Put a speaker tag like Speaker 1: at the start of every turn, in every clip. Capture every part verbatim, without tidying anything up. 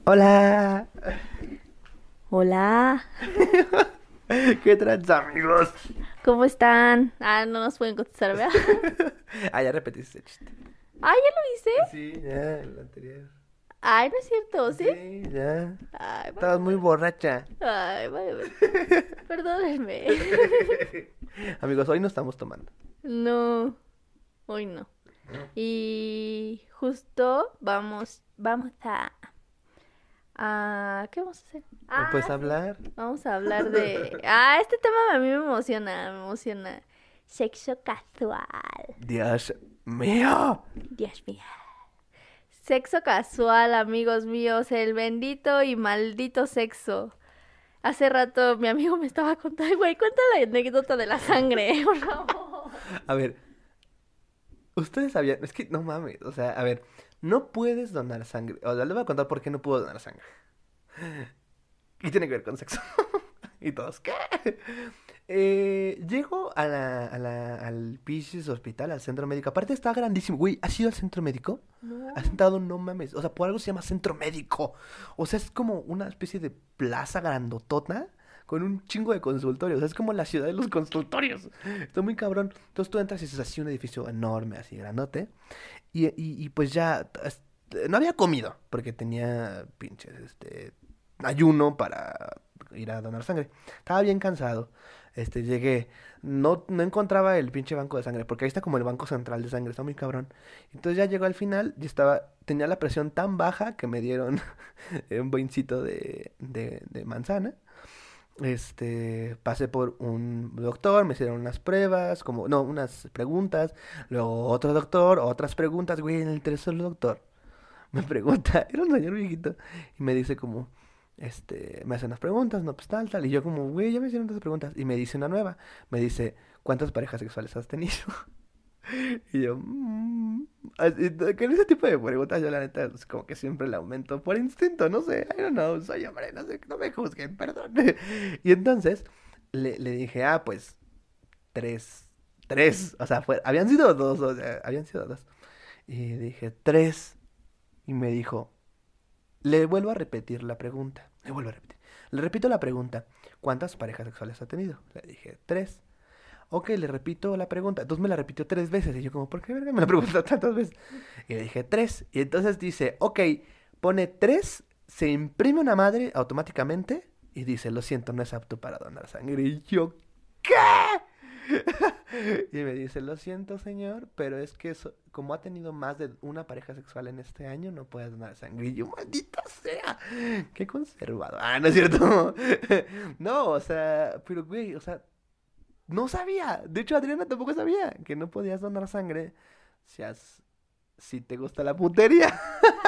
Speaker 1: Hola.
Speaker 2: Hola,
Speaker 1: ¿Qué tranza, amigos?
Speaker 2: ¿cómo están? Ah, no nos pueden contestar, ¿verdad?
Speaker 1: Ah, ya repetiste ese chiste.
Speaker 2: Ah, ¿ya lo hice?
Speaker 1: Sí, ya, el anterior.
Speaker 2: Ay, no es cierto, ¿sí?
Speaker 1: Sí, ya.
Speaker 2: Ay, vale,
Speaker 1: Estabas muy
Speaker 2: vale.
Speaker 1: borracha.
Speaker 2: Ay, vale, vale. Perdónenme.
Speaker 1: Amigos, hoy no estamos tomando.
Speaker 2: No, hoy no. Y justo vamos, vamos a, a... ¿Qué vamos a hacer?
Speaker 1: ¿Me
Speaker 2: Ah,
Speaker 1: puedes
Speaker 2: sí.
Speaker 1: hablar?
Speaker 2: Vamos a hablar de... Ah, este tema a mí me emociona, me emociona. Sexo casual.
Speaker 1: Dios mío.
Speaker 2: Dios mío. Sexo casual, amigos míos, el bendito y maldito sexo. Hace rato mi amigo me estaba contando, güey, cuenta la anécdota de la sangre, por favor.
Speaker 1: A ver, ustedes sabían, es que no mames, o sea, a ver, no puedes donar sangre. O sea, les voy a contar por qué no puedo donar sangre. Y tiene que ver con sexo. Y todos, ¿qué? Eh, llego a la, a la, al pinches hospital, al centro médico. Aparte está grandísimo. Güey, ¿has ido al centro médico?
Speaker 2: No,
Speaker 1: ¿Has sentado? No mames. O sea, por algo se llama centro médico. O sea, es como una especie de plaza grandotota con un chingo de consultorios. O sea, es como la ciudad de los consultorios. Está muy cabrón. Entonces tú entras y es así un edificio enorme, así grandote. Y, y, y pues ya, es- no había comido porque tenía pinches, este, ayuno para ir a donar sangre. Estaba bien cansado. Este, llegué, no, no encontraba el pinche banco de sangre, porque ahí está como el banco central de sangre, está muy cabrón. Entonces ya llegó al final y estaba, tenía la presión tan baja que me dieron un boincito de, de, de manzana. Este, pasé por un doctor, me hicieron unas pruebas, como, no, unas preguntas, luego otro doctor, otras preguntas, güey, en el tercer doctor me pregunta, era un señor viejito, y me dice como, este, me hace unas preguntas, no, pues tal, tal, y yo como, güey, ya me hicieron otras preguntas, y me dice una nueva, me dice, ¿cuántas parejas sexuales has tenido? Y yo, mmm, con ese tipo de preguntas yo la neta, es como que siempre le aumento por instinto, no sé, I don't know, soy hombre, no sé, no me juzguen, perdón. Y entonces le, le dije, ah, pues, tres, tres, o sea, fue, habían sido dos, o sea, habían sido dos. Y dije, tres, y me dijo, le vuelvo a repetir la pregunta. Le vuelvo a repetir. Le repito la pregunta. ¿Cuántas parejas sexuales ha tenido? Le dije, tres. Ok, le repito la pregunta. Entonces me la repitió tres veces. Y yo como, ¿por qué verga me la preguntó tantas veces? Y le dije, tres. Y entonces dice, ok, pone tres, se imprime una madre automáticamente y dice, lo siento, no es apto para donar sangre. Y yo, ¿qué? Y me dice, lo siento, señor, pero es que so- como ha tenido más de una pareja sexual en este año, no puede donar sangre. Y yo, maldita sea, qué conservado. Ah, no es cierto. No, o sea, pero güey, o sea, no sabía. De hecho, Adriana tampoco sabía que no podías donar sangre si, has- si te gusta la putería.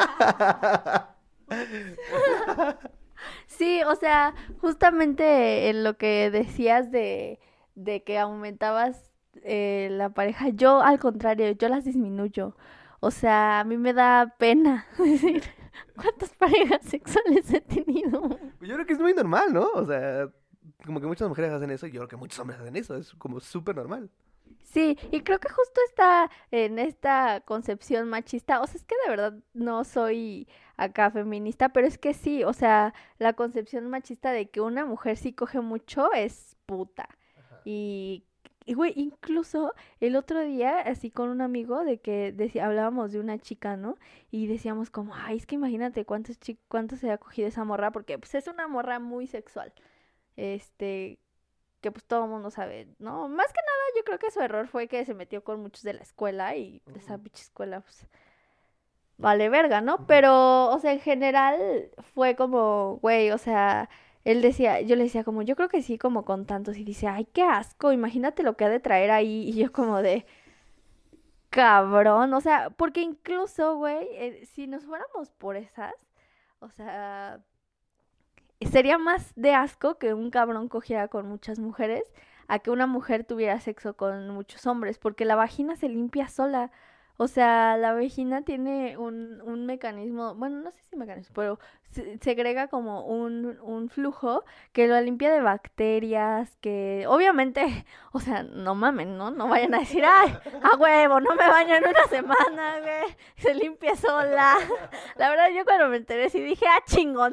Speaker 2: sí, o sea, justamente en lo que decías de, de que aumentabas eh, la pareja, yo al contrario, yo las disminuyo. O sea, a mí me da pena decir cuántas parejas sexuales he tenido.
Speaker 1: Yo creo que es muy normal, ¿no? O sea, como que muchas mujeres hacen eso y yo creo que muchos hombres hacen eso. Es como súper normal.
Speaker 2: Sí, y creo que justo está en esta concepción machista, o sea, es que de verdad no soy acá feminista, pero es que sí, o sea, la concepción machista de que una mujer sí coge mucho es puta. Y, y güey, incluso el otro día, así con un amigo, de que decía, hablábamos de una chica, ¿no? Y decíamos como, ay, es que imagínate cuántos chi cuánto se ha cogido esa morra, porque pues es una morra muy sexual. Este, que pues todo el mundo sabe, ¿no? Más que nada yo creo que su error fue que se metió con muchos de la escuela y esa
Speaker 1: Ujú,
Speaker 2: pinche escuela pues vale verga, ¿no?
Speaker 1: ujú.
Speaker 2: Pero, o sea, en general fue como, güey, o sea, él decía, yo le decía como, yo creo que sí, como con tantos y dice, ay, qué asco, imagínate lo que ha de traer ahí y yo como de, cabrón, o sea, porque incluso, güey, eh, si nos fuéramos por esas, o sea, sería más de asco que un cabrón cogiera con muchas mujeres a que una mujer tuviera sexo con muchos hombres, porque la vagina se limpia sola. O sea, la vagina tiene un, un mecanismo, bueno, no sé si mecanismo, pero se- segrega como un, un flujo que lo limpia de bacterias, que obviamente, o sea, no mamen, ¿no? No vayan a decir, ay, a huevo, no me baño en una semana, güey, se limpia sola. La verdad, yo cuando me enteré sí dije, ah, chingón.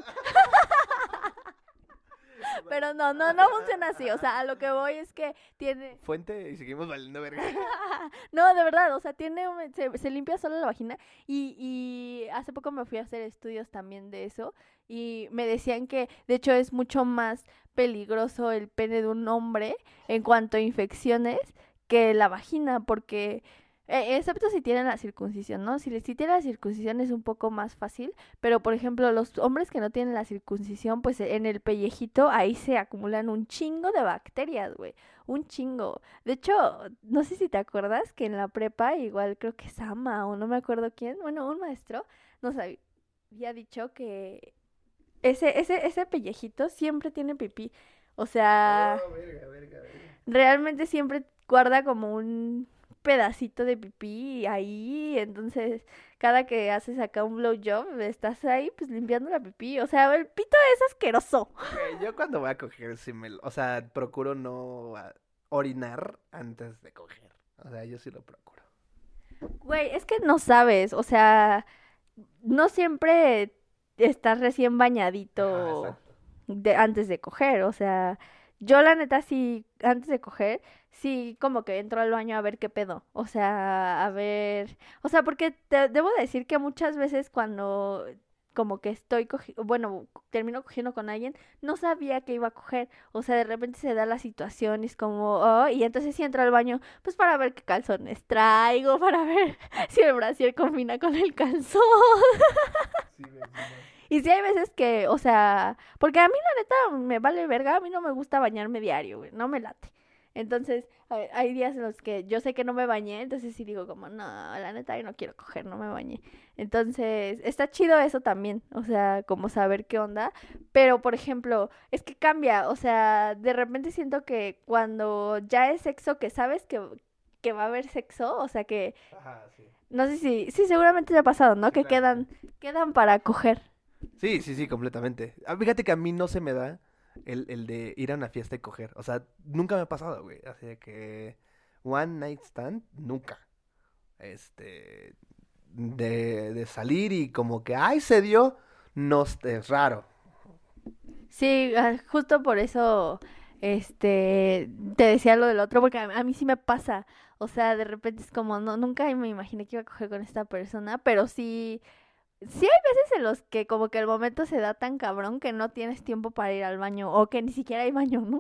Speaker 2: Pero no, no, no funciona así. O sea, a lo que voy es que tiene.
Speaker 1: Fuente y seguimos valiendo verga.
Speaker 2: No, de verdad, o sea, tiene un- se, se limpia solo la vagina y, y hace poco me fui a hacer estudios también de eso y me decían que de hecho es mucho más peligroso el pene de un hombre en cuanto a infecciones que la vagina porque eh, excepto si tienen la circuncisión, ¿no? Si, le- si tienen la circuncisión es un poco más fácil, pero por ejemplo los hombres que no tienen la circuncisión, pues en el pellejito ahí se acumulan un chingo de bacterias, güey, un chingo. De hecho, no sé si te acuerdas que en la prepa, igual creo que Sama o no me acuerdo quién, bueno, un maestro nos había dicho que ese, ese, ese pellejito siempre tiene pipí. O sea,
Speaker 1: Oh, verga, verga, verga.
Speaker 2: realmente siempre guarda como un pedacito de pipí ahí, entonces cada que haces acá un blowjob, estás ahí pues limpiando la pipí, o sea, el pito es asqueroso.
Speaker 1: Güey, yo cuando voy a coger, sí me, lo- o sea, procuro no ah, orinar antes de coger. O sea, yo sí lo procuro.
Speaker 2: Güey, es que no sabes, o sea, no siempre estás recién
Speaker 1: Ajá,
Speaker 2: bañadito
Speaker 1: exacto.
Speaker 2: de, antes de coger, o sea, yo la neta sí, antes de coger, sí como que entro al baño a ver qué pedo, o sea, a ver, o sea, porque te debo decir que muchas veces cuando como que estoy cogiendo, bueno, termino cogiendo con alguien, no sabía que iba a coger, o sea, de repente se da la situación y es como, oh, y entonces sí entro al baño, pues para ver qué calzones traigo, para ver si el brasier combina con el calzón.
Speaker 1: Sí, güey, sí, man.
Speaker 2: Y sí hay veces que, o sea, porque a mí la neta me vale verga, a mí no me gusta bañarme diario, güey, no me late. Entonces, hay hay días en los que yo sé que no me bañé, entonces sí digo como, no, la neta yo no quiero coger, no me bañé. Entonces, está chido eso también, o sea, como saber qué onda, pero por ejemplo, es que cambia, o sea, de repente siento que cuando ya es sexo que sabes que que va a haber sexo, o sea que
Speaker 1: Ajá, sí.
Speaker 2: no sé si sí seguramente te ha pasado, ¿no?
Speaker 1: Sí,
Speaker 2: Que
Speaker 1: claro, sí.
Speaker 2: quedan quedan para coger.
Speaker 1: Sí, sí, sí, completamente. Ah, fíjate que a mí no se me da el, el de ir a una fiesta y coger. O sea, nunca me ha pasado, güey. Así de que one night stand, nunca. Este, de, de salir y como que, ay, se dio, no es es raro.
Speaker 2: Sí, ah, justo por eso, este, te decía lo del otro, porque a, a mí sí me pasa, o sea, de repente es como, no, nunca me imaginé que iba a coger con esta persona, pero sí, sí hay veces en los que como que el momento se da tan cabrón que no tienes tiempo para ir al baño, o que ni siquiera hay baño, ¿no?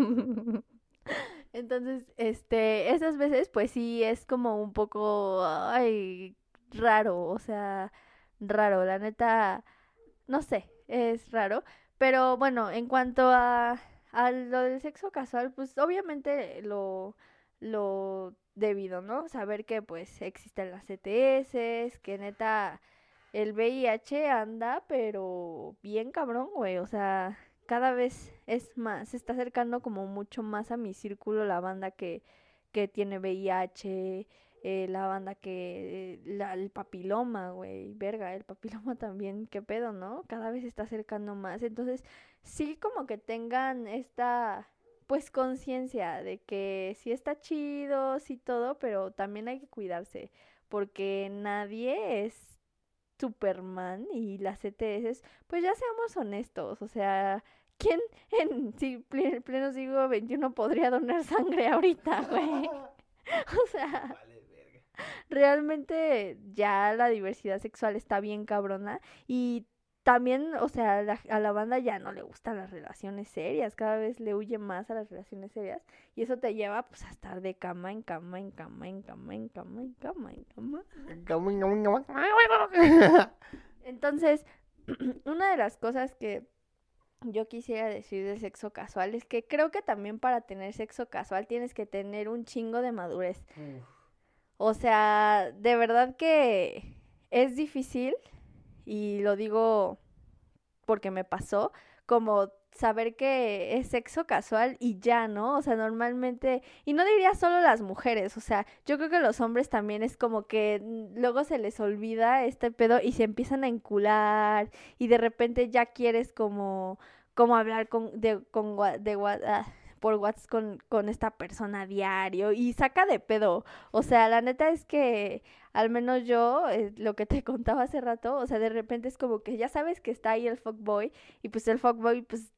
Speaker 2: Entonces, este, esas veces, pues sí, es como un poco, ay, raro, o sea, raro, la neta. No sé, es raro. Pero bueno, en cuanto a, a lo del sexo casual, pues obviamente lo, lo debido, ¿no? Saber que pues existen las C T S, que neta el V I H anda, pero bien cabrón, güey. O sea, cada vez es más, se está acercando como mucho más a mi círculo la banda que, que tiene V I H, eh, la banda que, la, el papiloma, güey, verga, el papiloma también, qué pedo, ¿no? Cada vez se está acercando más. Entonces, sí como que tengan esta, pues, conciencia de que sí está chido, sí todo, pero también hay que cuidarse, porque nadie es Superman y las C T S, pues ya seamos honestos, o sea, ¿quién en sí, ple- pleno siglo veintiuno podría donar sangre ahorita, güey? O sea,
Speaker 1: Vale, verga.
Speaker 2: realmente ya la diversidad sexual está bien cabrona y también, o sea, la- a la banda ya no le gustan las relaciones serias, cada vez le huye más a las relaciones serias y eso te lleva pues a estar de cama en cama, en cama, en cama, en cama, en cama, en cama. Entonces, una de las cosas que yo quisiera decir del sexo casual es que creo que también para tener sexo casual tienes que tener un chingo de madurez.
Speaker 1: Uf.
Speaker 2: O sea, de verdad que es difícil y lo digo porque me pasó, como saber que es sexo casual y ya, ¿no? O sea, normalmente, y no diría solo las mujeres, o sea, yo creo que los hombres también es como que mm, luego se les olvida este pedo y se empiezan a encular y de repente ya quieres como, como hablar con, de, con, gua- de, gua- ah, por WhatsApp con, con esta persona a diario y saca de pedo. O sea, la neta es que al menos yo, eh, lo que te contaba hace rato, o sea, de repente es como que ya sabes que está ahí el fuckboy y pues el fuckboy, pues,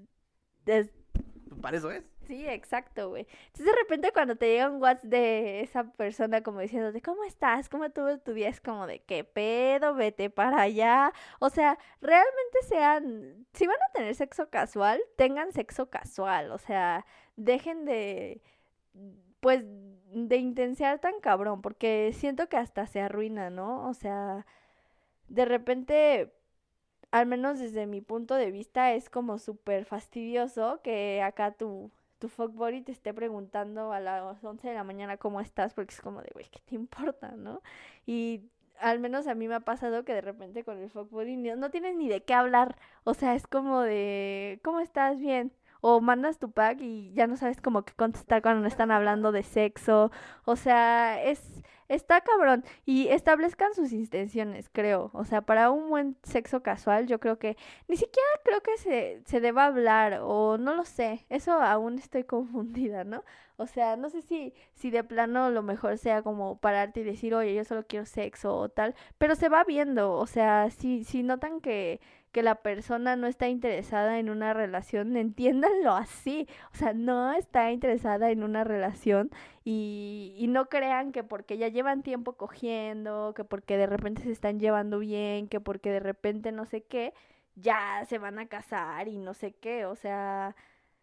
Speaker 2: es-
Speaker 1: Para eso es.
Speaker 2: sí, exacto, güey. Entonces de repente cuando te llega un WhatsApp de esa persona como diciéndote, ¿cómo estás? ¿Cómo estuvo tu día? Es como de, ¿qué pedo? Vete para allá. O sea, realmente sean, si van a tener sexo casual, tengan sexo casual. O sea, dejen de, pues, de intensear tan cabrón, porque siento que hasta se arruina, ¿no? O sea, de repente al menos desde mi punto de vista, es como súper fastidioso que acá tu, tu fuckbuddy te esté preguntando a las once de la mañana cómo estás, porque es como de, güey, ¿qué te importa, no? Y al menos a mí me ha pasado que de repente con el fuckbuddy no, no tienes ni de qué hablar, o sea, es como de, ¿cómo estás? Bien. O mandas tu pack y ya no sabes cómo qué contestar cuando están hablando de sexo. O sea, es, está cabrón. Y establezcan sus intenciones, creo. O sea, para un buen sexo casual, yo creo que ni siquiera creo que se, se deba hablar, o no lo sé. Eso aún estoy confundida, ¿no? O sea, no sé si, si de plano lo mejor sea como pararte y decir, oye, yo solo quiero sexo o tal, pero se va viendo. O sea, si, si notan que, que la persona no está interesada en una relación, entiéndanlo así. O sea, no está interesada en una relación y, y no crean que porque ya llevan tiempo cogiendo, que porque de repente se están llevando bien, que porque de repente no sé qué, ya se van a casar y no sé qué. O sea,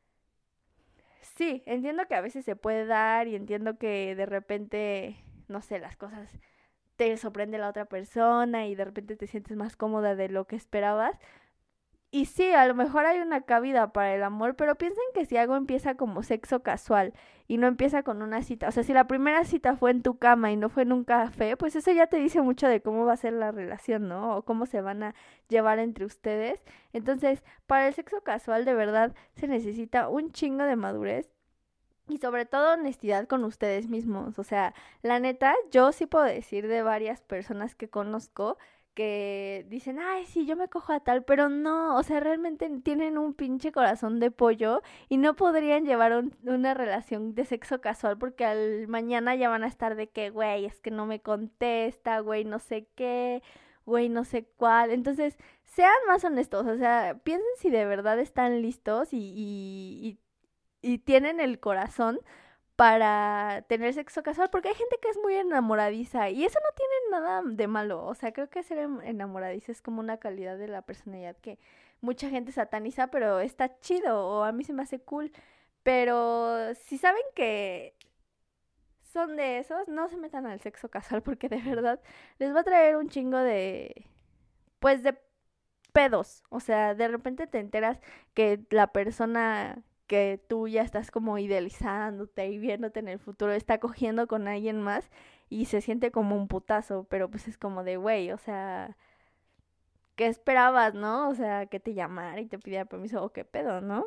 Speaker 2: sí, entiendo que a veces se puede dar y entiendo que de repente, no sé, las cosas te sorprende la otra persona y de repente te sientes más cómoda de lo que esperabas, y sí, a lo mejor hay una cabida para el amor, pero piensen que si algo empieza como sexo casual y no empieza con una cita, o sea, si la primera cita fue en tu cama y no fue en un café, pues eso ya te dice mucho de cómo va a ser la relación, ¿no? O cómo se van a llevar entre ustedes. Entonces, para el sexo casual de verdad se necesita un chingo de madurez. Y sobre todo honestidad con ustedes mismos. O sea, la neta, yo sí puedo decir de varias personas que conozco que dicen, ay, sí, yo me cojo a tal, pero no, o sea, realmente tienen un pinche corazón de pollo y no podrían llevar un- una relación de sexo casual porque al mañana ya van a estar de que, güey, es que no me contesta, güey, no sé qué, güey, no sé cuál. Entonces, sean más honestos, o sea, piensen si de verdad están listos y, y, y, y tienen el corazón para tener sexo casual, porque hay gente que es muy enamoradiza y eso no tiene nada de malo. O sea, creo que ser em- enamoradiza es como una calidad de la personalidad que mucha gente sataniza, pero está chido o a mí se me hace cool. Pero si saben que son de esos, no se metan al sexo casual porque de verdad les va a traer un chingo de, pues de pedos. O sea, de repente te enteras que la persona que tú ya estás como idealizándote y viéndote en el futuro está cogiendo con alguien más y se siente como un putazo, pero pues es como de, güey, o sea, ¿qué esperabas, no? O sea, que te llamara y te pidiera permiso o qué pedo, ¿no?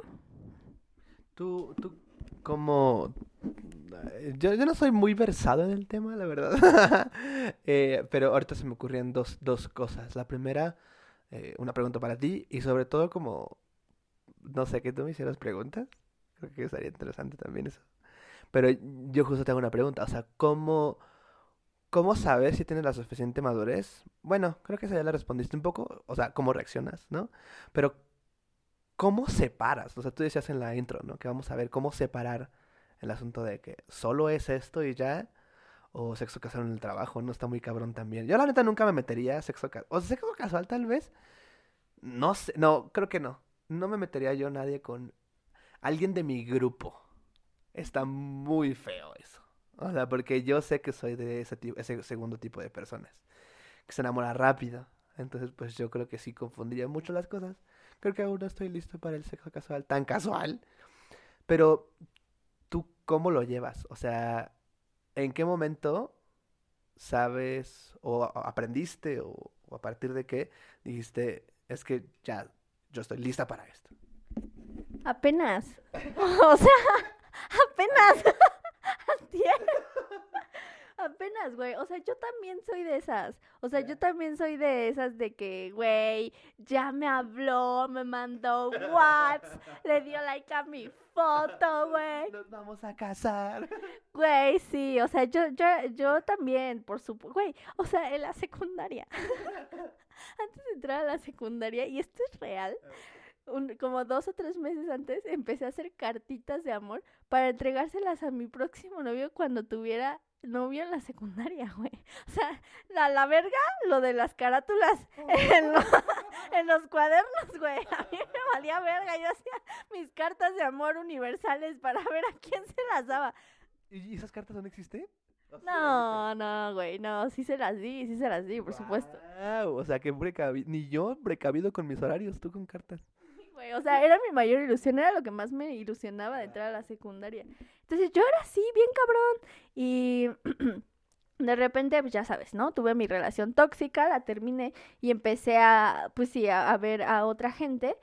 Speaker 1: Tú, tú, como... eh, Yo, yo no soy muy versado en el tema, la verdad. Eh, pero ahorita se me ocurrían dos, dos cosas. La primera, eh, una pregunta para ti y sobre todo como, no sé, que tú me hicieras preguntas. Creo que estaría interesante también eso. Pero yo justo te hago una pregunta, o sea, ¿cómo, cómo sabes si tienes la suficiente madurez? Bueno, creo que esa ya la respondiste un poco, o sea, cómo reaccionas, ¿no? Pero ¿cómo separas? O sea, tú decías en la intro, ¿no? Que vamos a ver cómo separar el asunto de que solo es esto y ya, o sexo casual en el trabajo, no está muy cabrón también. Yo la neta nunca me metería a sexo casual, o sexo casual tal vez, no sé, no, creo que no. No me metería yo nadie con alguien de mi grupo. Está muy feo eso. O sea, porque yo sé que soy de ese, tipo, ese segundo tipo de personas, que se enamora rápido. Entonces, pues yo creo que sí confundiría mucho las cosas. Creo que aún no estoy listo para el sexo casual, tan casual. Pero, ¿tú cómo lo llevas? O sea, ¿en qué momento sabes o a- aprendiste o, o a partir de qué dijiste, es que ya, yo estoy lista para esto?
Speaker 2: Apenas. O sea, apenas. Antier. Apenas, güey. O sea, yo también soy de esas. O sea, yo también soy de esas de que, güey, ya me habló, me mandó WhatsApp, le dio like a mi foto, güey.
Speaker 1: Nos vamos a casar.
Speaker 2: Güey, sí, o sea, yo, yo, yo también, por supuesto, güey, o sea, en la secundaria, antes de entrar a la secundaria, y esto es real, un- como dos o tres meses antes, empecé a hacer cartitas de amor para entregárselas a mi próximo novio cuando tuviera novio en la secundaria, güey. O sea, la, la verga, lo de las carátulas en, lo- en los cuadernos, güey. A mí me valía verga, yo hacía mis cartas de amor universales para ver a quién se las daba.
Speaker 1: ¿Y esas cartas no existen? ¿O sí las
Speaker 2: No, no, güey, no, sí se las di, sí se las di, por
Speaker 1: diste?
Speaker 2: supuesto.
Speaker 1: Guau, o sea, que precavido. Ni yo precavido con mis horarios, tú con cartas.
Speaker 2: Sí, güey, o sea, era mi mayor ilusión, era lo que más me ilusionaba de entrar a la secundaria. Entonces yo era así, bien cabrón. Y de repente, pues ya sabes, ¿no? Tuve mi relación tóxica, la terminé y empecé a, pues sí, a, a ver a otra gente.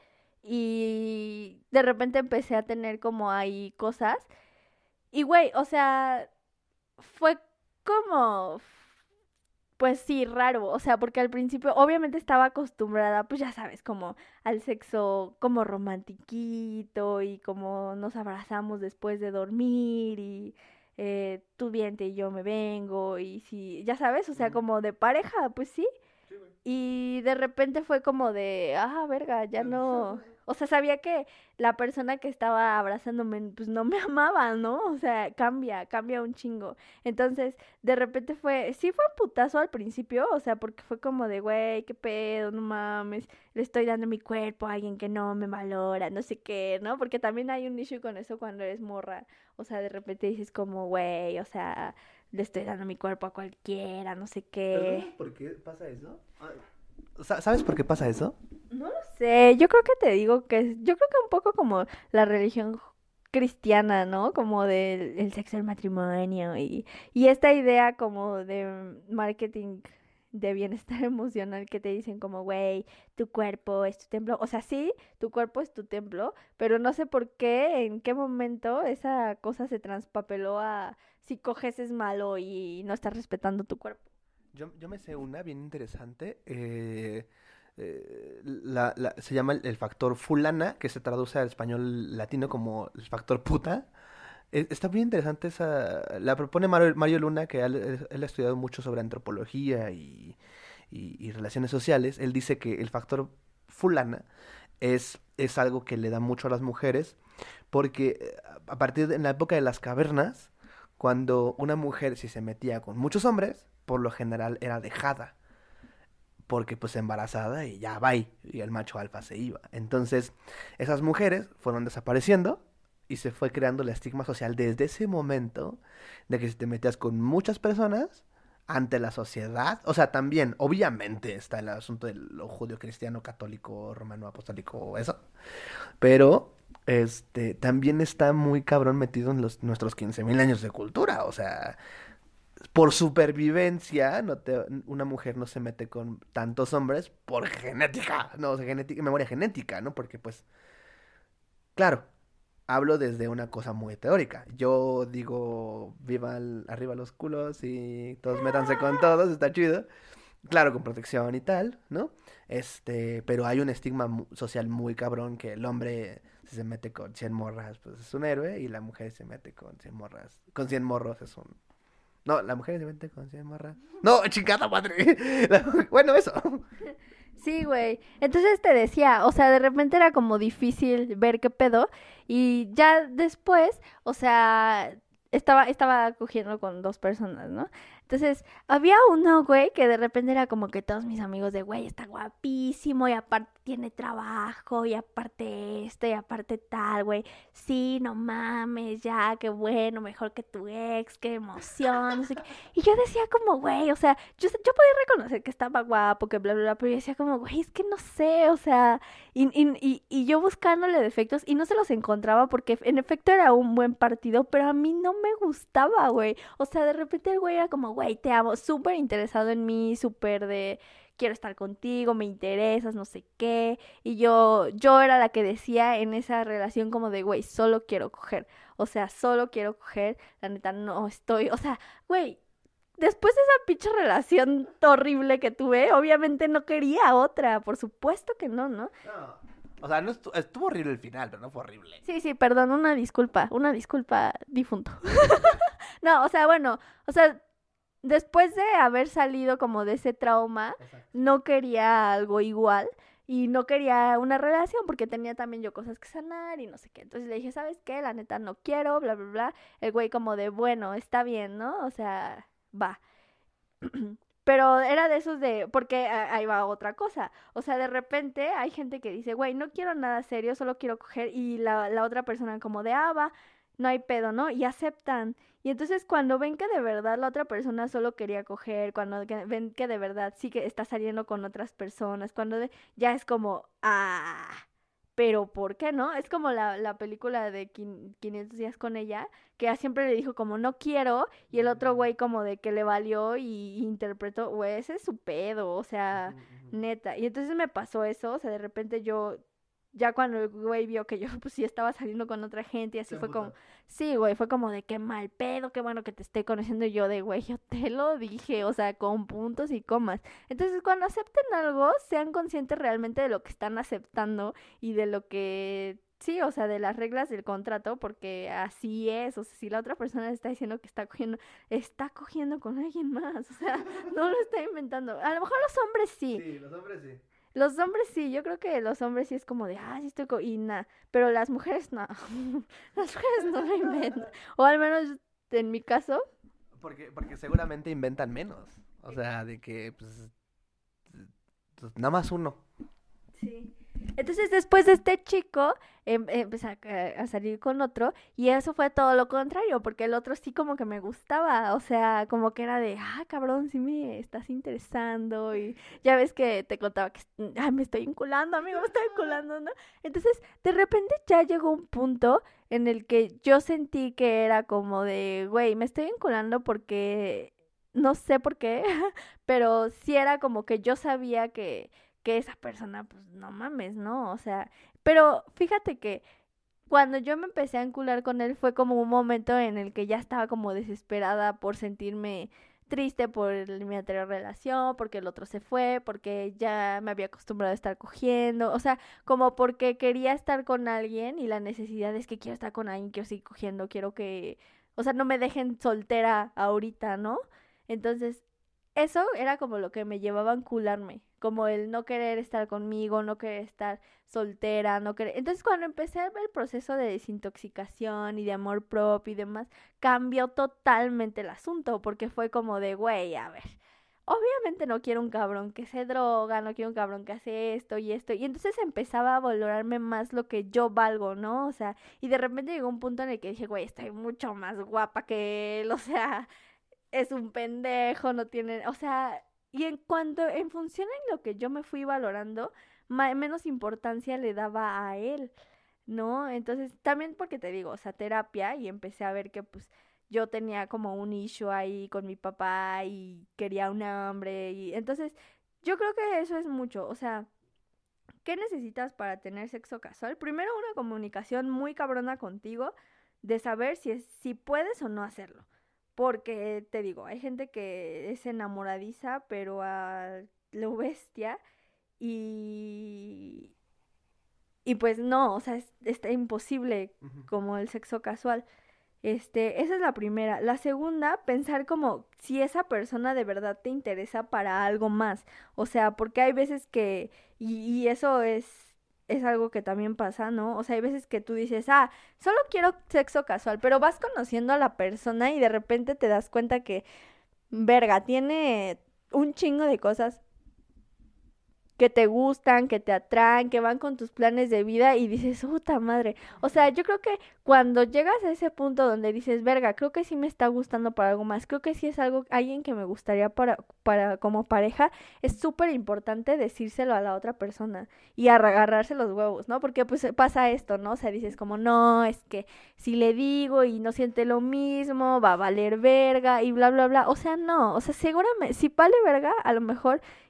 Speaker 2: Y de repente empecé a tener como ahí cosas. Y güey, o sea, fue como, pues sí, raro, o sea, porque al principio obviamente estaba acostumbrada, pues ya sabes, como al sexo como romantiquito y como nos abrazamos después de dormir y eh, tú viente y yo me vengo y sí, ya sabes, o sea,
Speaker 1: Ujú.
Speaker 2: como de pareja, pues sí.
Speaker 1: Sí, güey.
Speaker 2: Y de repente fue como de, ah, verga, ya no. O sea, sabía que la persona que estaba abrazándome, pues no me amaba, ¿no? O sea, cambia, cambia un chingo. Entonces, de repente fue, sí fue un putazo al principio, o sea, porque fue como de, güey, qué pedo, no mames, le estoy dando mi cuerpo a alguien que no me valora, no sé qué, ¿no? Porque también hay un issue con eso cuando eres morra. O sea, de repente dices como, güey, o sea, le estoy dando mi cuerpo a cualquiera, no sé
Speaker 1: ¿Pero
Speaker 2: qué.
Speaker 1: sabes por qué pasa eso? Ah, sa- ¿Sabes por qué pasa eso?
Speaker 2: No lo sé, yo creo que te digo que es- yo creo que un poco como la religión j- cristiana, ¿no? Como del el sexo del matrimonio y, y esta idea como de marketing de bienestar emocional que te dicen como, güey, tu cuerpo es tu templo. O sea, sí, tu cuerpo es tu templo, pero no sé por qué, en qué momento esa cosa se transpapeló a si coges es malo y no estás respetando tu cuerpo.
Speaker 1: Yo, yo me sé una bien interesante. eh, eh, la, la- se llama el, el factor fulana, que se traduce al español latino como el factor puta. E- Está bien interesante esa. La propone Mario, Mario Luna, que él, él- él ha estudiado mucho sobre antropología y, y- y relaciones sociales. Él dice que el factor fulana es, es algo que le da mucho a las mujeres, porque eh, a partir de en la época de las cavernas, cuando una mujer si se metía con muchos hombres, por lo general era dejada, porque pues embarazada y ya va y el macho alfa se iba. Entonces, esas mujeres fueron desapareciendo y se fue creando el estigma social desde ese momento de que si te metías con muchas personas ante la sociedad, o sea, también, obviamente está el asunto de lo judío cristiano, católico, romano, apostólico, eso, pero este también está muy cabrón metido en los, nuestros quince mil años de cultura, o sea, por supervivencia, no te, una mujer no se mete con tantos hombres por genética, no, o sea, genética, memoria genética, ¿no? Porque pues, claro, hablo desde una cosa muy teórica. Yo digo, vivan arriba los culos y todos métanse con todos, está chido. Claro, con protección y tal, ¿no? Este, pero hay un estigma mu- social muy cabrón que el hombre si se mete con cien morras, pues es un héroe, y la mujer se mete con cien morras, con cien morros es un... No, la mujer se mete con cien morras. No, chingada madre. La- bueno, eso.
Speaker 2: Sí, güey. Entonces te decía, o sea, de repente era como difícil ver qué pedo y ya después, o sea, estaba estaba cogiendo con dos personas, ¿no? Entonces, había uno, güey, que de repente era como que todos mis amigos de, güey, está guapísimo y aparte tiene trabajo y aparte esto y aparte tal, güey. Sí, no mames, ya, qué bueno, mejor que tu ex, qué emoción, no sé qué. Y yo decía como, güey, o sea, yo, yo podía reconocer que estaba guapo, que bla, bla, bla, pero yo decía como, güey, es que no sé, o sea, y, y, y, y yo buscándole defectos y no se los encontraba porque en efecto era un buen partido, pero a mí no me gustaba, güey. O sea, de repente el güey era como, güey, te amo, súper interesado en mí, súper de, quiero estar contigo, me interesas, no sé qué. Y yo, yo era la que decía en esa relación como de, güey, solo quiero coger. O sea, solo quiero coger, la neta no estoy, o sea, güey, después de esa pinche relación horrible que tuve, obviamente no quería otra, por supuesto que no, ¿no?
Speaker 1: No. O sea, no estu- estuvo horrible el final, pero no fue horrible.
Speaker 2: Sí, sí, perdón, una disculpa, una disculpa difunto. No, o sea, bueno, o sea, después de haber salido como de ese trauma,
Speaker 1: Exacto.
Speaker 2: no quería algo igual y no quería una relación porque tenía también yo cosas que sanar y no sé qué. Entonces le dije, ¿sabes qué? La neta no quiero, bla, bla, bla. El güey como de, bueno, está bien, ¿no? O sea, va. Pero era de esos de, porque a- ahí va otra cosa. O sea, de repente hay gente que dice, güey, no quiero nada serio, solo quiero coger. Y la, la otra persona como de, ah, va, no hay pedo, ¿no? Y aceptan. Y entonces cuando ven que de verdad la otra persona solo quería coger, cuando que- ven que de verdad sí que está saliendo con otras personas, cuando de- ya es como, ah, pero ¿por qué no? Es como la, la película de quin- quinientos días con ella, que a siempre le dijo como no quiero, y el otro güey como de que le valió y, y interpretó, güey, ese es su pedo, o sea,
Speaker 1: Ujú, ujú.
Speaker 2: neta. Y entonces me pasó eso, o sea, de repente yo, ya cuando el güey vio que yo pues sí estaba saliendo con otra gente y así
Speaker 1: Se
Speaker 2: fue como,
Speaker 1: emputó.
Speaker 2: sí, güey, fue como de qué mal pedo, qué bueno que te estoy conociendo y yo de, güey, yo te lo dije, o sea, con puntos y comas. Entonces, cuando acepten algo, sean conscientes realmente de lo que están aceptando y de lo que, sí, o sea, de las reglas del contrato, porque así es, o sea, si la otra persona le está diciendo que está cogiendo, está cogiendo con alguien más, o sea, no lo está inventando. A lo mejor los hombres sí,
Speaker 1: Sí, los hombres sí.
Speaker 2: los hombres sí, yo creo que los hombres sí es como de, ah, sí estoy co-", y nada, pero las mujeres no, las mujeres no lo inventan, o al menos en mi caso.
Speaker 1: Porque, porque seguramente inventan menos. O sea, de que, pues, pues, nada más uno.
Speaker 2: Sí. Entonces después de este chico em- empecé a, a salir con otro y eso fue todo lo contrario, porque el otro sí como que me gustaba, o sea, como que era de, ah, cabrón, sí me estás interesando y ya ves que te contaba que ah, me estoy vinculando, amigo, me estoy vinculando, ¿no? Entonces de repente ya llegó un punto en el que yo sentí que era como de, güey, me estoy vinculando porque no sé por qué, pero sí era como que yo sabía que que esa persona, pues no mames, ¿no? O sea, pero fíjate que cuando yo me empecé a encular con él fue como un momento en el que ya estaba como desesperada por sentirme triste por el- mi anterior relación, porque el otro se fue, porque ya me había acostumbrado a estar cogiendo, o sea, como porque quería estar con alguien y la necesidad es que quiero estar con alguien, quiero seguir cogiendo, quiero que, o sea, no me dejen soltera ahorita, ¿no? Entonces, eso era como lo que me llevaba a encularme, como el no querer estar conmigo, no querer estar soltera, no querer... Entonces cuando empecé a ver el proceso de desintoxicación y de amor propio y demás, cambió totalmente el asunto, porque fue como de, güey, a ver, obviamente no quiero un cabrón que se droga, no quiero un cabrón que hace esto y esto, y entonces empezaba a valorarme más lo que yo valgo, ¿no? O sea, y de repente llegó un punto en el que dije, güey, estoy mucho más guapa que él, o sea es un pendejo, no tiene, o sea, y en cuanto, en función en lo que yo me fui valorando, ma- menos importancia le daba a él, ¿no? Entonces, también porque te digo, o sea, terapia y empecé a ver que pues yo tenía como un issue ahí con mi papá y quería un hambre y entonces yo creo que eso es mucho, o sea, ¿qué necesitas para tener sexo casual? Primero una comunicación muy cabrona contigo de saber si es, si puedes o no hacerlo. Porque te digo, hay gente que es enamoradiza, pero a lo bestia y y pues no, o sea, es, está imposible
Speaker 1: Ujú.
Speaker 2: como el sexo casual. Este, esa es la primera. La segunda, pensar como si esa persona de verdad te interesa para algo más. O sea, porque hay veces que, y, y eso es, es algo que también pasa, ¿no? O sea, hay veces que tú dices, ah, solo quiero sexo casual, pero vas conociendo a la persona y de repente te das cuenta que, verga, tiene un chingo de cosas que te gustan, que te atraen, que van con tus planes de vida y dices, puta madre. O sea, yo creo que cuando llegas a ese punto donde dices, verga, creo que sí me está gustando para algo más, creo que sí es algo, alguien que me gustaría para, para como pareja, es súper importante decírselo a la otra persona y agarrarse los huevos, ¿no? Porque pues pasa esto, ¿no? O sea, dices como, no, es que si le digo y no siente lo mismo, va a valer verga y bla, bla, bla. O sea, no, o sea, seguramente, si vale verga, a lo mejor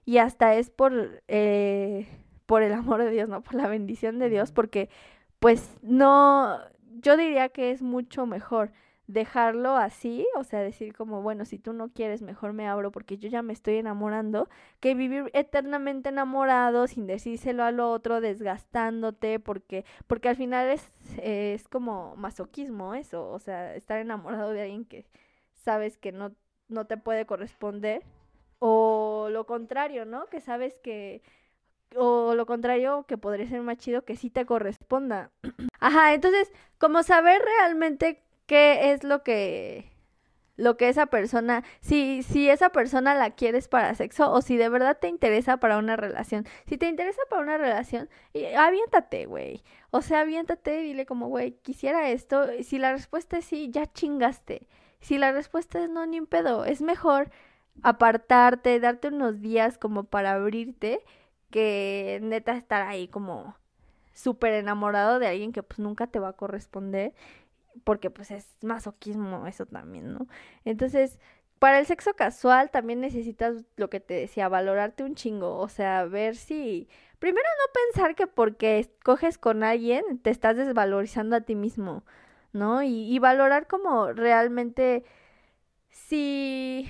Speaker 2: y hasta es por, eh, por el amor de Dios, ¿no? Por la bendición de Dios, porque pues no, yo diría que es mucho mejor dejarlo así, o sea, decir como, bueno, si tú no quieres, mejor me abro porque yo ya me estoy enamorando, que vivir eternamente enamorado sin decírselo al otro, desgastándote, porque, porque al final es, es como masoquismo eso, o sea, estar enamorado de alguien que sabes que no, no te puede corresponder, o lo contrario, ¿no? Que sabes que, o lo contrario, que podría ser más chido que sí te corresponda. Ajá, entonces, como saber realmente qué es lo que lo que esa persona, si si esa persona la quieres para sexo o si de verdad te interesa para una relación. Si te interesa para una relación, y- aviéntate, güey. O sea, aviéntate y dile como, güey, quisiera esto. Y si la respuesta es sí, ya chingaste. Si la respuesta es no, ni un pedo. Es mejor apartarte, darte unos días como para abrirte, que neta estar ahí como súper enamorado de alguien que pues nunca te va a corresponder, porque pues es masoquismo eso también, ¿no? Entonces, para el sexo casual también necesitas lo que te decía, valorarte un chingo, o sea, ver si... Primero no pensar que porque escoges con alguien te estás desvalorizando a ti mismo, ¿no? Y, y valorar como realmente si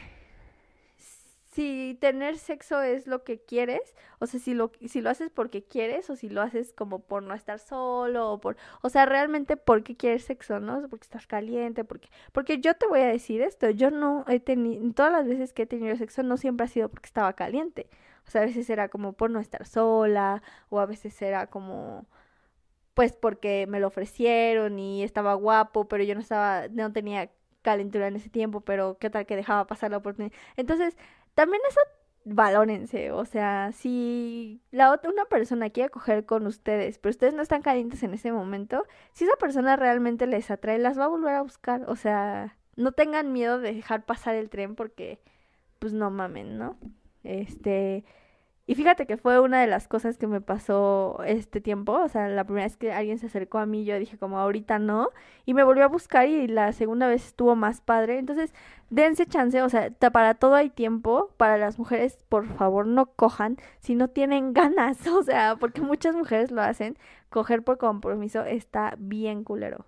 Speaker 2: si tener sexo es lo que quieres, o sea, si lo, si lo haces porque quieres o si lo haces como por no estar solo o por, o sea, realmente por qué quieres sexo, ¿no? Porque estás caliente, porque, porque yo te voy a decir esto, yo no he tenido, todas las veces que he tenido sexo no siempre ha sido porque estaba caliente, o sea, a veces era como por no estar sola o a veces era como pues porque me lo ofrecieron y estaba guapo, pero yo no estaba, no tenía calentura en ese tiempo, pero qué tal que dejaba pasar la oportunidad. Entonces, también eso valórense, o sea, si la otra una persona quiere coger con ustedes, pero ustedes no están calientes en ese momento, si esa persona realmente les atrae, las va a volver a buscar, o sea, no tengan miedo de dejar pasar el tren porque pues no mamen, ¿no? Este, y fíjate que fue una de las cosas que me pasó este tiempo, o sea, la primera vez que alguien se acercó a mí, yo dije como ahorita no, y me volvió a buscar y la segunda vez estuvo más padre, entonces dense chance, o sea, ta- para todo hay tiempo, para las mujeres, por favor, no cojan si no tienen ganas, o sea, porque muchas mujeres lo hacen, coger por compromiso está bien culero.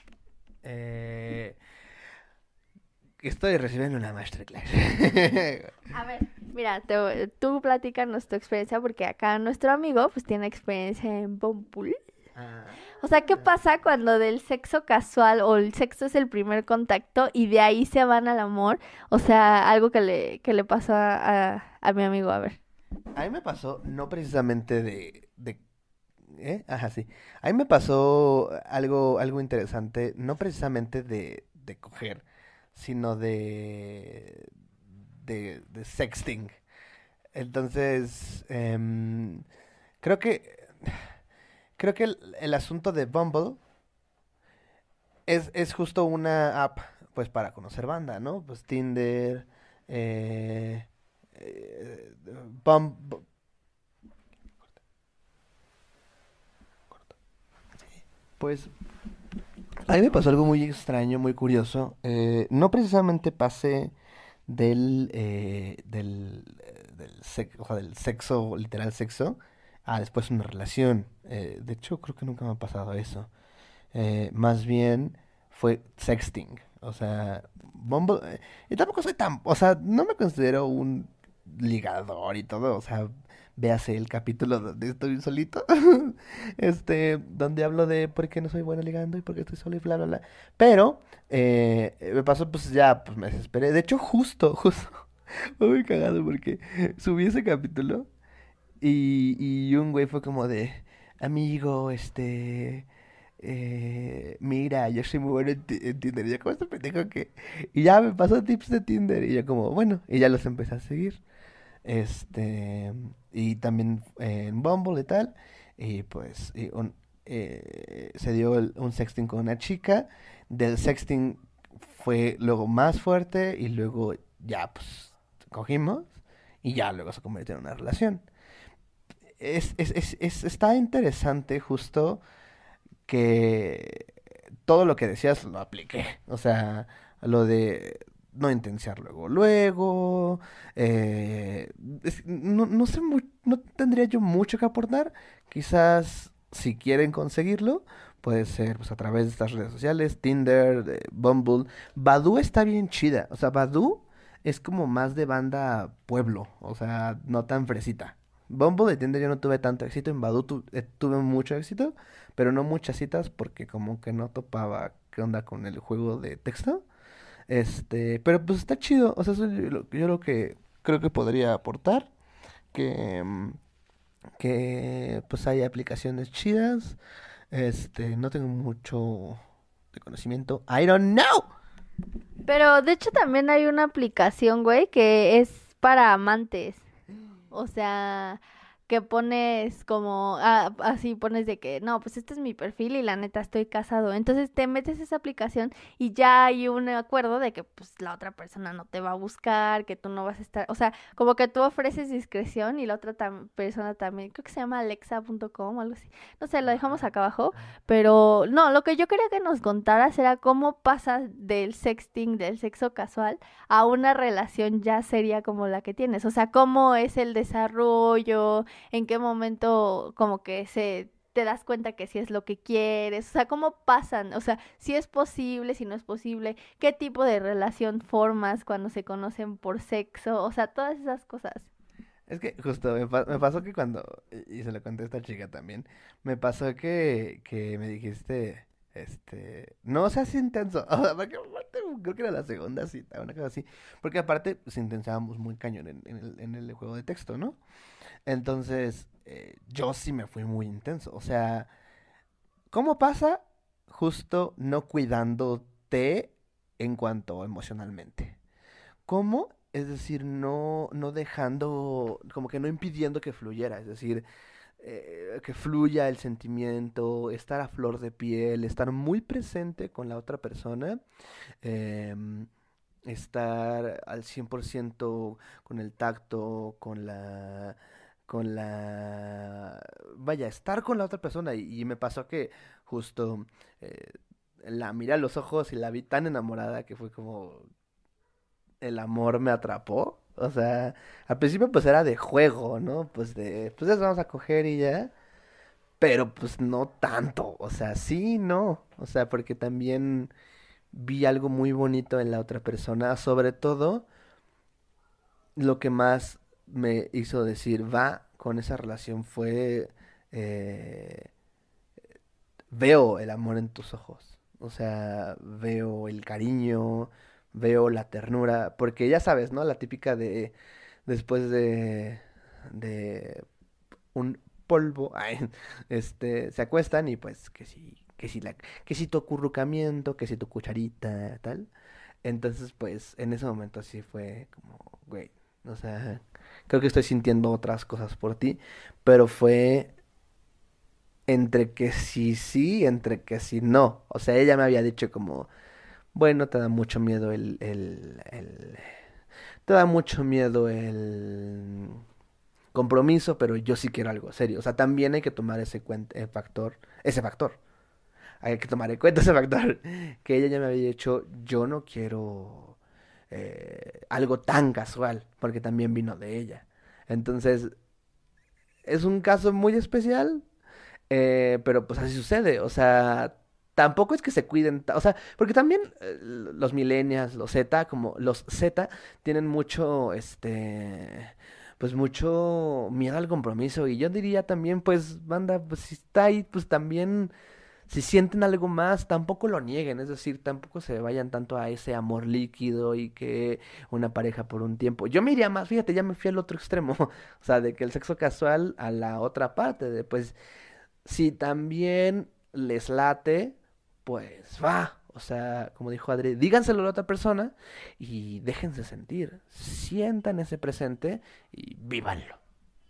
Speaker 1: Eh, estoy recibiendo una masterclass.
Speaker 2: A ver, mira, te- tú platícanos tu experiencia porque acá nuestro amigo pues tiene experiencia en Bumble. O sea, ¿qué
Speaker 1: Ah.
Speaker 2: pasa cuando del sexo casual o el sexo es el primer contacto y de ahí se van al amor? O sea, algo que le, que le pasó a, a, a mi amigo, a ver.
Speaker 1: A mí me pasó, no precisamente de, de ¿eh? Ajá, sí. A mí me pasó algo, algo interesante, no precisamente de, de coger, sino de, de, de sexting. Entonces, em, creo que, creo que el, el asunto de Bumble es, es justo una app, pues, para conocer banda, ¿no? Pues Tinder, eh, eh, Bum- Bu- pues a mí me pasó algo muy extraño, muy curioso. Eh, no precisamente pasé del, eh, del, eh, del, sex- o sea, del sexo, literal sexo, a después una relación. Eh, de hecho, creo que nunca me ha pasado eso. Eh, más bien fue sexting. O sea, Bumble... eh, y tampoco soy tan... O sea, no me considero un ligador y todo. O sea, véase el capítulo donde estoy solito. Este, donde hablo de por qué no soy bueno ligando y por qué estoy solo y bla, bla, bla. Pero, eh, me pasó, pues ya, pues me desesperé. De hecho, justo, justo. Fue muy cagado porque subí ese capítulo y, y un güey fue como de, amigo, este, eh, mira, yo soy muy bueno en, ti- en Tinder. Y yo, como este pendejo que... Y ya me pasó tips de Tinder. Y yo como, bueno, y ya los empecé a seguir. Este, y también eh, en Bumble y tal. Y pues y un- eh, se dio el- un sexting con una chica. Del sexting fue luego más fuerte y luego ya pues cogimos y ya luego se convirtió en una relación. Es, es, es, es- está interesante justo que todo lo que decías lo apliqué. O sea, lo de no intensiar luego, luego. eh, es- no, no sé, mu- no tendría yo mucho que aportar. Quizás si quieren conseguirlo, puede ser pues, a través de estas redes sociales, Tinder, de Bumble. Badoo está bien chida. O sea, Badoo es como más de banda pueblo, o sea, no tan fresita. Bumble y Tinder yo no tuve tanto éxito, en Badoo tu- eh, tuve mucho éxito, pero no muchas citas porque como que no topaba qué onda con el juego de texto. Este, pero pues está chido, o sea, eso yo, lo yo lo que creo que podría aportar, que, mm, que pues hay aplicaciones chidas, este, no tengo mucho de conocimiento, I don't know.
Speaker 2: Pero de hecho también hay una aplicación, güey, que es para amantes. O sea, que pones como, ah, así pones de que, no, pues este es mi perfil y la neta estoy casado. Entonces te metes a esa aplicación y ya hay un acuerdo de que pues la otra persona no te va a buscar, que tú no vas a estar, o sea, como que tú ofreces discreción y la otra tam- persona también, creo que se llama alexa punto com o algo así. No sé, lo dejamos acá abajo, pero no, lo que yo quería que nos contaras era cómo pasas del sexting, del sexo casual a una relación ya seria como la que tienes. O sea, cómo es el desarrollo, en qué momento como que se te das cuenta que sí es lo que quieres, o sea, cómo pasan, o sea, si es posible, si no es posible, qué tipo de relación formas cuando se conocen por sexo, o sea, todas esas cosas.
Speaker 1: Es que justo me, pa- me pasó que cuando, y y se lo conté a esta chica también, me pasó que, que me dijiste, este, no seas intenso, o sea, porque aparte creo que era la segunda cita, una cosa así, porque aparte pues intensábamos muy cañón en, en el, en el juego de texto, ¿no? Entonces, eh, yo sí me fui muy intenso, o sea, ¿cómo pasa justo no cuidándote en cuanto emocionalmente? ¿Cómo? Es decir, no, no dejando, como que no impidiendo que fluyera, es decir, eh, que fluya el sentimiento, estar a flor de piel, estar muy presente con la otra persona, em, estar al cien por ciento con el tacto, con la, con la, vaya, estar con la otra persona. Y, y me pasó que justo eh, la miré a los ojos y la vi tan enamorada que fue como, el amor me atrapó. O sea, al principio pues era de juego, ¿no? Pues de, pues ya vamos a coger y ya. Pero pues no tanto. O sea, sí, no. O sea, porque también vi algo muy bonito en la otra persona. Sobre todo, lo que más me hizo decir va con esa relación fue, eh, veo el amor en tus ojos. O sea, veo el cariño, veo la ternura. Porque ya sabes, ¿no? La típica de después de, de un polvo, ay, este, se acuestan y pues que si, que si la, que si tu acurrucamiento, que si tu cucharita, tal. Entonces, pues, en ese momento sí fue como, güey, o sea, creo que estoy sintiendo otras cosas por ti, pero fue entre que sí sí, entre que sí no. O sea, ella me había dicho como, bueno, te da mucho miedo el, el, el, te da mucho miedo el compromiso, pero yo sí quiero algo serio. O sea, también hay que tomar ese cuen- eh, factor, ese factor. Hay que tomar en cuenta ese factor. Que ella ya me había dicho, yo no quiero eh, algo tan casual, porque también vino de ella. Entonces, es un caso muy especial, eh, pero pues así sucede. O sea, tampoco es que se cuiden, ta- o sea, porque también eh, los millennials, los Z, como los Z, tienen mucho, este, pues mucho miedo al compromiso. Y yo diría también, pues, banda, pues si está ahí, pues también, si sienten algo más, tampoco lo nieguen. Es decir, tampoco se vayan tanto a ese amor líquido y que una pareja por un tiempo. Yo me iría más, fíjate, ya me fui al otro extremo. O sea, de que el sexo casual a la otra parte, de pues si también les late, pues va. O sea, como dijo Adri, díganselo a la otra persona y déjense sentir. Sientan ese presente y vívanlo.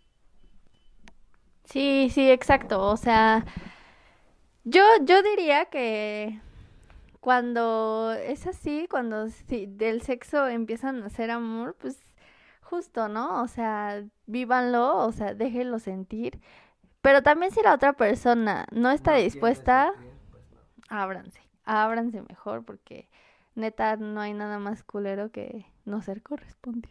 Speaker 2: Sí, sí, exacto. O sea, yo, yo diría que cuando es así, cuando sí, del sexo empiezan a hacer amor, pues justo, ¿no? O sea, vívanlo, o sea, déjenlo sentir. Pero también si la otra persona no está
Speaker 1: No quiere
Speaker 2: dispuesta,
Speaker 1: sentir, pues no.
Speaker 2: ábranse, ábranse mejor porque Neta, no hay nada más culero que no ser correspondido.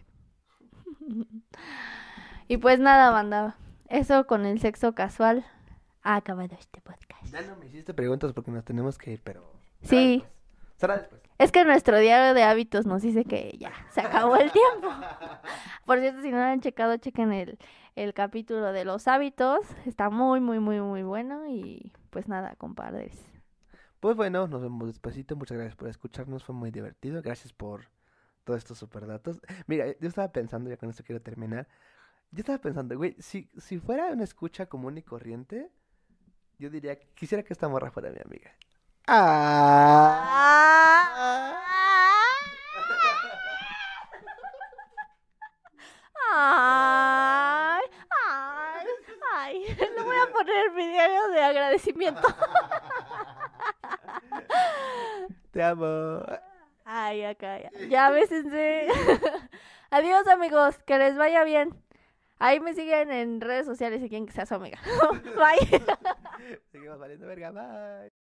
Speaker 2: Y pues nada, banda. Eso con el sexo casual ha acabado este podcast.
Speaker 1: Ya no me hiciste preguntas porque nos tenemos que ir, pero...
Speaker 2: Sí.
Speaker 1: Será después. Será después.
Speaker 2: Es que nuestro diario de hábitos nos dice que ya se acabó el tiempo. Por cierto, si no lo han checado, chequen el, el capítulo de los hábitos. Está muy, muy, muy, muy bueno. Y pues nada, compadres.
Speaker 1: Pues bueno, nos vemos despacito. Muchas gracias por escucharnos. Fue muy divertido. Gracias por todos estos super datos. Mira, yo estaba pensando, ya con esto quiero terminar. Yo estaba pensando, güey, si, si fuera una escucha común y corriente, yo diría, quisiera que esta morra fuera mi amiga. Ah.
Speaker 2: Ay, ay, ay. Le voy a poner mi diario de agradecimiento.
Speaker 1: Te amo.
Speaker 2: Ay, acá ya. Ya bésense. Adiós, amigos. Que les vaya bien. Ahí me siguen en redes sociales si quieren que sea su amiga. Bye.
Speaker 1: Seguimos valiendo verga. Bye.